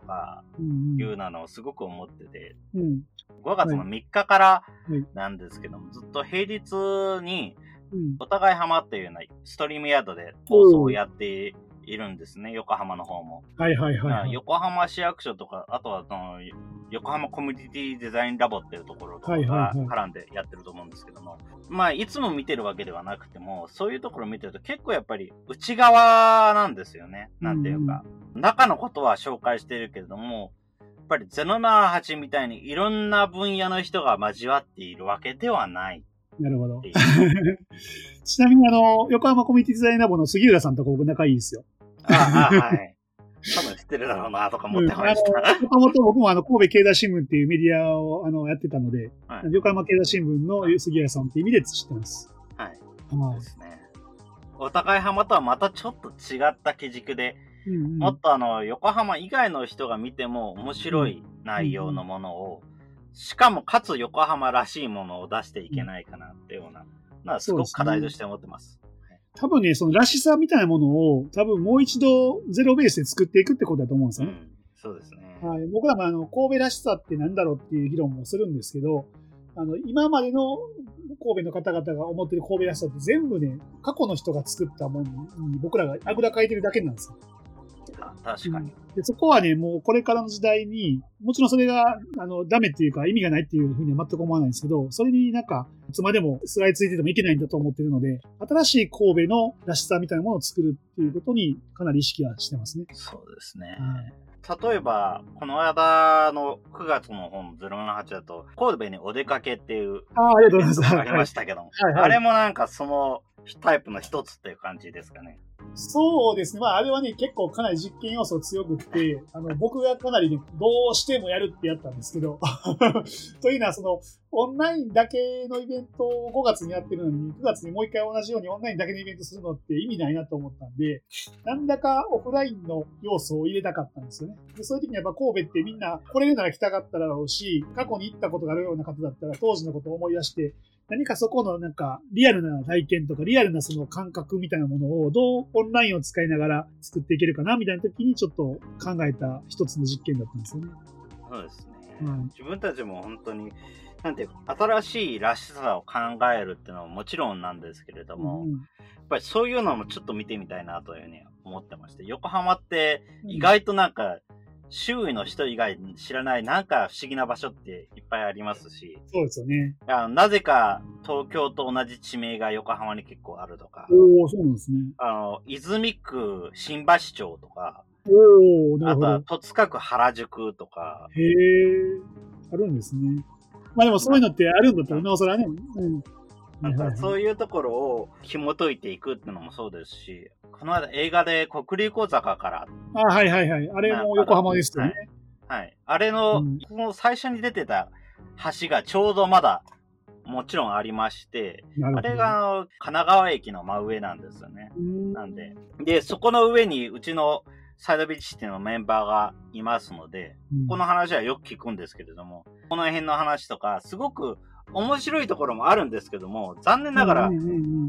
かうんいうなのをすごく思ってて、 うん。 ごがつのみっかからはいなんですけども、ずっと平日にうん。 お互い浜っていうようなストリームヤードで放送をやっているんですね、横浜の方も。 はいはいはい、はい。 横浜市役所とか、あとはその横浜コミュニティデザインラボっていうところとかが絡んでやってると思うんですけども、まあいつも見てるわけではなくても、そういうところを見てると結構やっぱり内側なんですよね。なんていうか、うん、中のことは紹介してるけれども、やっぱりゼロななはちみたいにいろんな分野の人が交わっているわけではない。 なるほど。ちなみにあの、横浜コミュニティデザインラボの杉浦さんと僕仲いいですよ。 ああ、はい。多分知ってるだろうなとか思ってました。 もともと僕もあの神戸経済新聞っていうメディアをあのやってたので、はい、横浜経済新聞の杉浦さんっていう意味で知ってます。 はい。そうですね。お互い浜とはまたちょっと違った基軸で、うんうん、もっとあの横浜以外の人が見ても面白い内容のものを、うんうん、しかもかつ横浜らしいものを出していけないかなっていうような、まあ、すごく課題として思ってます。 多分ね、そのらしさみたいなものを多分もう一度ゼロベースで作っていくってことだと思うんですよね。うん、 そうですね。 はい。僕らもあの神戸らしさってなんだろうっていう議論もするんですけど、あの今までの神戸の方々が思っている神戸らしさって全部ね、過去の人が作ったものに僕らがあぐらかいてるだけなんですよ。 確かに、 うん、で。そこはね、もうこれからの時代に、もちろんそれがあのダメっていうか意味がないっていうふうには全く思わないんですけど、それになんかいつまでもすがりついててもいけないんだと思ってるので、新しい神戸のらしさみたいなものを作るっていうことにかなり意識はしてますね。 そうですね。はい、例えば、この間のくがつの本ゼロななはちだと、神戸にお出かけっていうあありがとうございます。 ありましたけども、 はいはいはい、 あれもなんかそのタイプの一つっていう感じですかね。 そうですね。まあ、あれはね、結構かなり実験要素強くって、あの、僕がかなりね、どうしてもやるってやったんですけど、というのは、その、オンラインだけのイベントをごがつにやってるのに、くがつにもう一回同じようにオンラインだけのイベントするのって意味ないなと思ったんで、なんだかオフラインの要素を入れたかったんですよね。でそういう時にやっぱ神戸ってみんな来れるなら来たかっただろうし、過去に行ったことがあるような方だったら当時のことを思い出して、何かそこのなんかリアルな体験とかリアルなその感覚みたいなものをどうオンラインを使いながら作っていけるかなみたいな時にちょっと考えた一つの実験だったんですよね。 そうですね。うん、自分たちも本当になんていうか新しいらしさを考えるっていうのはもちろんなんですけれども、うん、やっぱりそういうのもちょっと見てみたいなというふうに思ってまして、横浜って意外となんか、うん周囲の人以外に知らないなんか不思議な場所っていっぱいありますし。 そうですよね。 あのなぜか東京と同じ地名が横浜に結構あるとか。 おー、そうなんですね。 あの、泉区新橋町とか。 おー、なるほど。 あとは戸塚区原宿とか。 へー、あるんですね。まあでもそういうのってあるんだったらなおさらね。うん。 なんかそういうところを紐解いていくっていうのもそうですし、この間映画で国立小坂から。 あ、はいはいはい。あれも横浜ですよね。 はい。はい、あれの、うん、この最初に出てた橋がちょうどまだもちろんありまして、あれが神奈川駅の真上なんですよね。なんで。で、そこの上にうちのサイドビーチシティのメンバーがいますので、うん、この話はよく聞くんですけれども、この辺の話とか、すごく面白いところもあるんですけども、残念ながら、うんうんうん、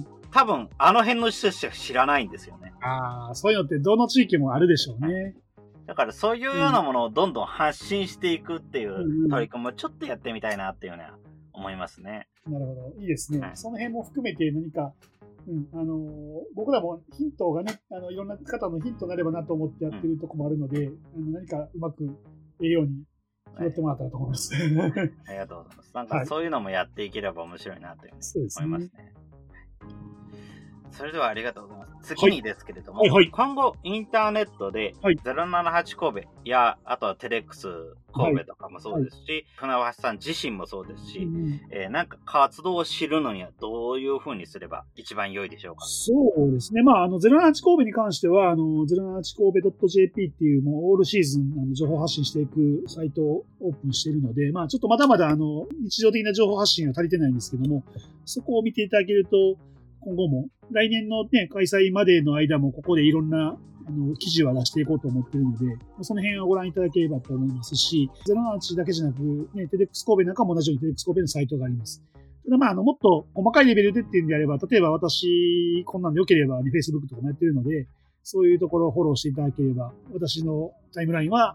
多分あの辺の人しか知らないんですよね。 ああ、そういうのってどの地域もあるでしょうね。はい、 だからそういうようなものをどんどん発信していくっていう取り組みもちょっとやってみたいなっていうのは思いますね。 なるほど。いいですね。はい、その辺も含めて何か、うん、あのー、僕らもヒントがね、あの、いろんな方のヒントになればなと思ってやってるところもあるので、うん、あの何かうまくええように拾ってもらったらと思います。はい、 ありがとうございます。なんかそういうのもやっていければ面白いなというふうに思いますね。はい、それではありがとうございます。次にですけれども、はいはいはい、今後インターネットでゼロななはち神戸や、あとはテレックス神戸とかもそうですし、はいはい、船橋さん自身もそうですし、うんえー、なんか活動を知るのにはどういうふうにすれば一番良いでしょうか？ そうですね。まあ、あの、ゼロななはち神戸に関しては、あの、ゼロななはち神戸 .jp っていう、もうオールシーズン、あの、情報発信していくサイトをオープンしているので、まあ、ちょっとまだまだ、あの、日常的な情報発信は足りてないんですけども、そこを見ていただけると、今後も、来年のね、開催までの間も、ここでいろんな、あの、記事は出していこうと思っているので、その辺をご覧いただければと思いますし、ゼロななはちだけじゃなく、ね、テレックス神戸なんかも同じようにテレックス神戸のサイトがあります。ただまあ、あの、もっと細かいレベルでっていうんであれば、例えば私、こんなんで良ければね、Facebook とかもやってるので、そういうところをフォローしていただければ、私のタイムラインは、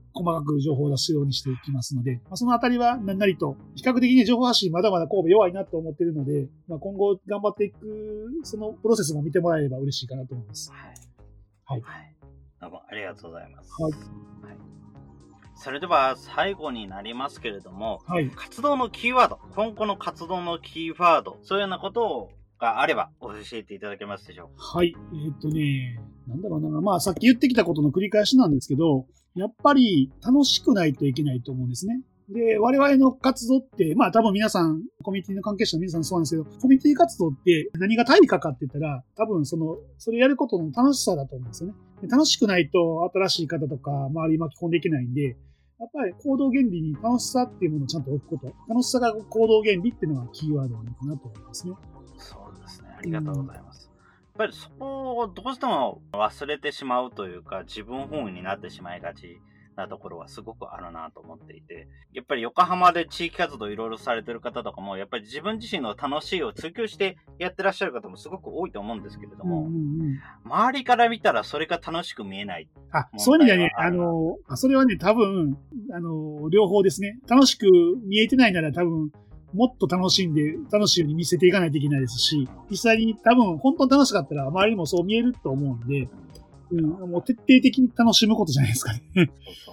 細かく情報を出すようにしていきますので、まあ、そのあたりは何なりと、比較的に情報発信まだまだ神戸弱いなと思っているので、まあ、今後頑張っていく、そのプロセスも見てもらえれば嬉しいかなと思います。はい。 はい。はい、どうもありがとうございます。 はい。 それでは最後になりますけれども、 はい、 活動のキーワード、今後の活動のキーワード、そういうようなことがあれば教えていただけますでしょうか。 はい。えー、っとね、なんだろうな、まあさっき言ってきたことの繰り返しなんですけど、やっぱり楽しくないといけないと思うんですね。で、我々の活動って、まあ多分皆さん、コミュニティの関係者の皆さんそうなんですけど、コミュニティ活動って何が対価かって言ったら、多分その、それやることの楽しさだと思うんですよね。で楽しくないと新しい方とか周り巻き込んでいけないんで、やっぱり行動原理に楽しさっていうものをちゃんと置くこと。楽しさが行動原理っていうのがキーワードなのかなと思いますね。 そうですね。ありがとうございます。うん、やっぱりそこをどうしても忘れてしまうというか、自分本位になってしまいがちなところはすごくあるなと思っていて、やっぱり横浜で地域活動いろいろされてる方とかも、やっぱり自分自身の楽しいを追求してやってらっしゃる方もすごく多いと思うんですけれども、 うんうんうん、 周りから見たらそれが楽しく見えない。 あ、そういう意味ではね、あの、それはね、多分、あの、両方ですね。楽しく見えてないなら多分、もっと楽しんで、楽しいように見せていかないといけないですし、実際に多分、本当に楽しかったら、周りにもそう見えると思うんで、うん、もう徹底的に楽しむことじゃないですかね。そうそう。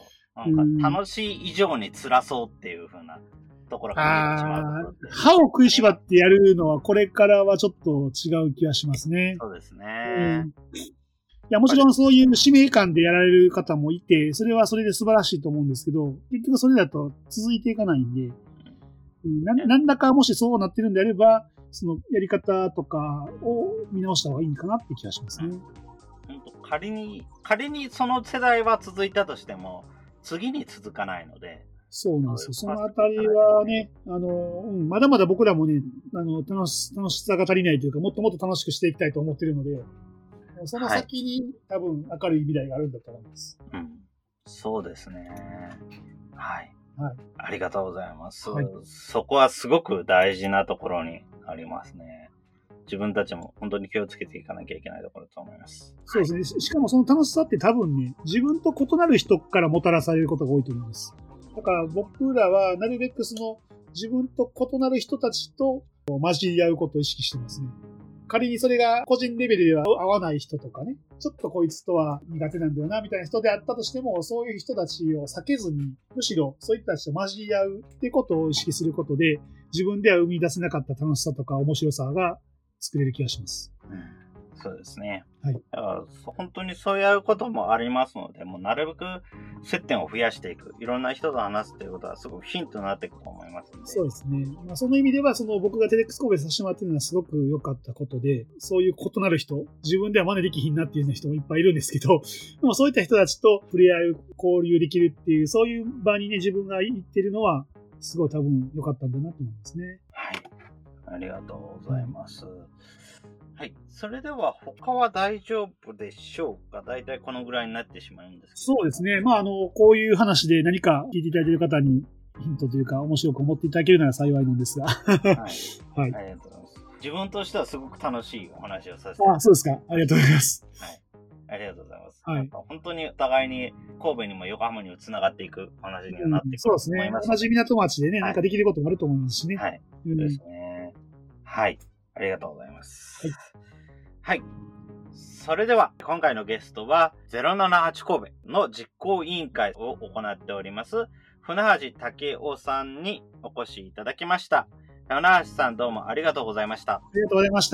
なんか楽しい以上に辛そうっていう風なところが見えてしまうところって。 歯を食いしばってやるのは、これからはちょっと違う気がしますね。 そうですね。 うんいや、もちろんそういう使命感でやられる方もいて、それはそれで素晴らしいと思うんですけど、結局それだと続いていかないんで、うん、な何らかもしそうなってるんであれば、そのやり方とかを見直した方がいいかなって気がしますね。 本当仮に、仮にその世代は続いたとしても、次に続かないので。 そうなんですよ。そのあたりはね、あの、うん、まだまだ僕らもね、あの、楽し、楽しさが足りないというか、もっともっと楽しくしていきたいと思っているので、その先に、はい、多分明るい未来があるんだと思います。 うん。そうですね。はい。 はい。 ありがとうございます。 はい、 そこはすごく大事なところにありますね。自分たちも本当に気をつけていかなきゃいけないところだと思います。 そうですね。しかもその楽しさって多分ね、自分と異なる人からもたらされることが多いと思います。だから僕らはなるべくその自分と異なる人たちと混じり合うことを意識してますね。仮にそれが個人レベルでは合わない人とかね、ちょっとこいつとは苦手なんだよなみたいな人であったとしても、そういう人たちを避けずに、むしろそういった人と混じり合うっていうことを意識することで、自分では生み出せなかった楽しさとか面白さが作れる気がします。 うん、そうですね。 はい。 だから本当にそういうこともありますので、もうなるべく接点を増やしていく。いろんな人と話すということはすごくヒントになっていくと思いますので。 そうですね。まあ、その意味では、その僕がテレックス神戸させてもらってるのはすごく良かったことで、そういう異なる人、自分では真似できひんなっていうような人もいっぱいいるんですけど、でもそういった人たちと触れ合う、交流できるっていう、そういう場にね、自分が行ってるのは、すごい多分良かったんだなと思いますね。 はい。ありがとうございます。はいはい。それでは他は大丈夫でしょうか？大体このぐらいになってしまうんですけど。 そうですね。まあ、あの、こういう話で何か聞いていただいている方にヒントというか面白く思っていただけるなら幸いなんですが。はい。 はい。ありがとうございます。自分としてはすごく楽しいお話をさせていただきます。 あ、そうですか。ありがとうございます。 はい。ありがとうございます。 はい。 本当にお互いに神戸にも横浜にもつながっていくお話にはなっていくと思います、 うん。そうですね。同じ港町でね、なんかできることもあると思いますしね。 はい。うん、そうですね。はい。ありがとうございます。はい。はい。それでは、今回のゲストは、ゼロななはち神戸の実行委員会を行っております、船橋武夫さんにお越しいただきました。船橋さんどうもありがとうございました。ありがとうございました。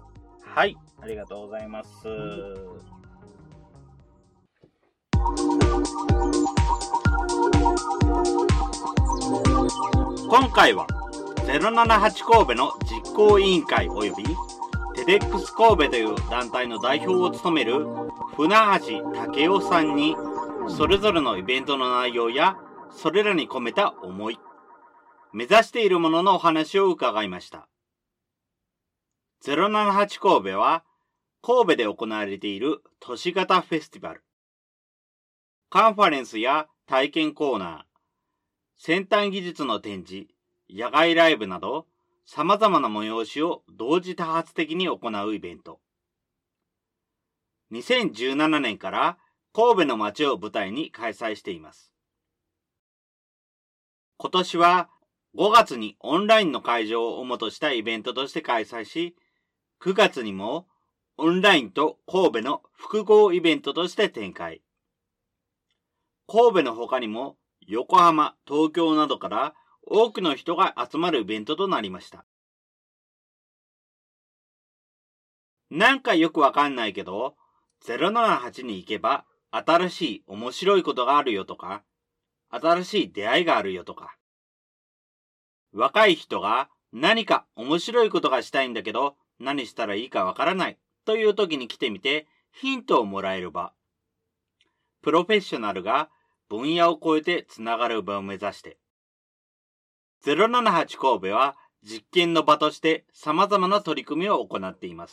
はい、ありがとうございます。今回は、ゼロななはち神戸の実行委員会及び、テデックス神戸という団体の代表を務める船橋武夫さんにそれぞれのイベントの内容やそれらに込めた思い、目指しているもののお話を伺いました。ゼロななはち神戸は神戸で行われている都市型フェスティバル、カンファレンスや体験コーナー、先端技術の展示、野外ライブなど様々な催しを同時多発的に行うイベント。にせんじゅうななねんから神戸の街を舞台に開催しています。 今年はごがつにオンラインの会場を主としたイベントとして開催し、くがつにもオンラインと神戸の複合イベントとして展開。神戸の他にも横浜、東京などから多くの人が集まるイベントとなりました。なんかよくわかんないけど、ゼロななはちに行けば新しい面白いことがあるよとか、新しい出会いがあるよとか。若い人が何か面白いことがしたいんだけど、何したらいいかわからないという時に来てみてヒントをもらえる場。プロフェッショナルが分野を超えてつながる場を目指して。ゼロななはち神戸は実験の場として様々な取り組みを行っています。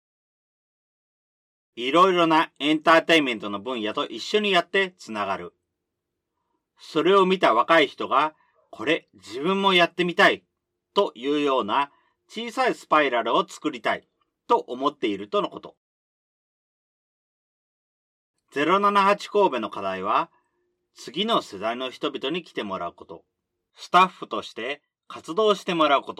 いろいろなエンターテインメントの分野と一緒にやってつながる。それを見た若い人が、これ自分もやってみたいというような小さいスパイラルを作りたいと思っているとのこと。ゼロななはち神戸の課題は、次の世代の人々に来てもらうこと、スタッフとして活動してもらうこと。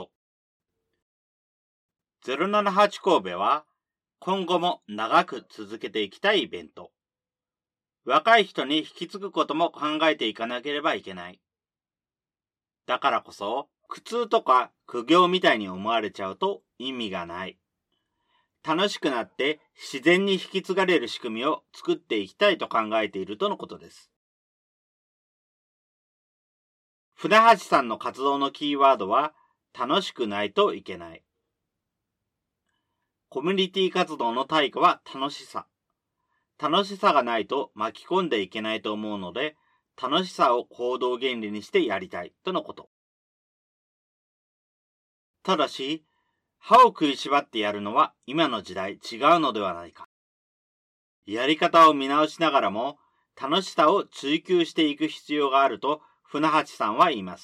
ゼロななはち神戸は、今後も長く続けていきたいイベント。若い人に引き継ぐことも考えていかなければいけない。だからこそ、苦痛とか苦行みたいに思われちゃうと意味がない。楽しくなって自然に引き継がれる仕組みを作っていきたいと考えているとのことです。船橋さんの活動のキーワードは、楽しくないといけない。コミュニティ活動の対価は楽しさ。楽しさがないと巻き込んでいけないと思うので、楽しさを行動原理にしてやりたいとのこと。ただし、歯を食いしばってやるのは今の時代違うのではないか。やり方を見直しながらも楽しさを追求していく必要があると船橋さんは言います。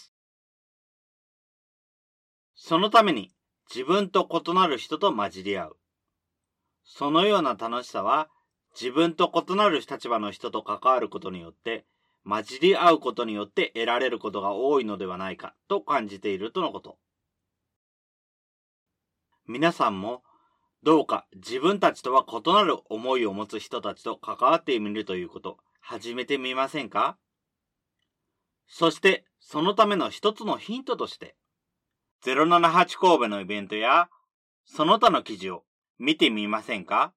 そのために自分と異なる人と混じり合う。そのような楽しさは自分と異なる立場の人と関わることによって混じり合うことによって得られることが多いのではないかと感じているとのこと。皆さんもどうか自分たちとは異なる思いを持つ人たちと関わってみるということ、始めてみませんか？そしてそのための一つのヒントとして、ゼロななはち神戸のイベントやその他の記事を見てみませんか？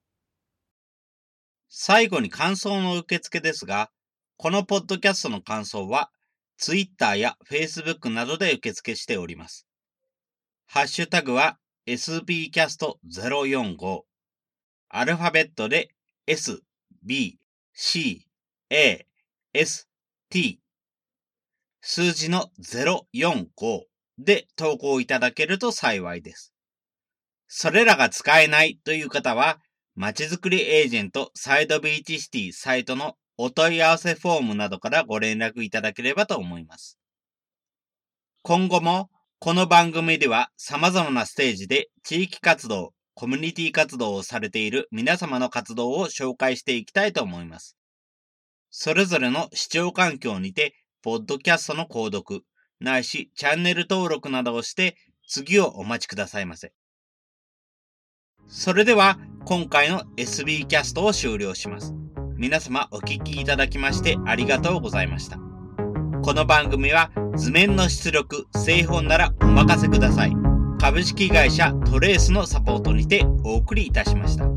最後に感想の受付ですが、このポッドキャストの感想は Twitter や Facebook などで受付しております。ハッシュタグは エスビーキャストゼロよんご、アルファベットで エスビーシーエーエスティー、数字のゼロよんごで投稿いただけると幸いです。それらが使えないという方は、まちづくりエージェントサイドビーチシティサイトのお問い合わせフォームなどからご連絡いただければと思います。今後もこの番組では様々なステージで地域活動、コミュニティ活動をされている皆様の活動を紹介していきたいと思います。それぞれの視聴環境にて、ポッドキャストの購読、ないしチャンネル登録などをして次をお待ちくださいませ。それでは今回の エスビー キャストを終了します。皆様お聞きいただきましてありがとうございました。この番組は図面の出力、製本ならお任せください。株式会社トレースのサポートにてお送りいたしました。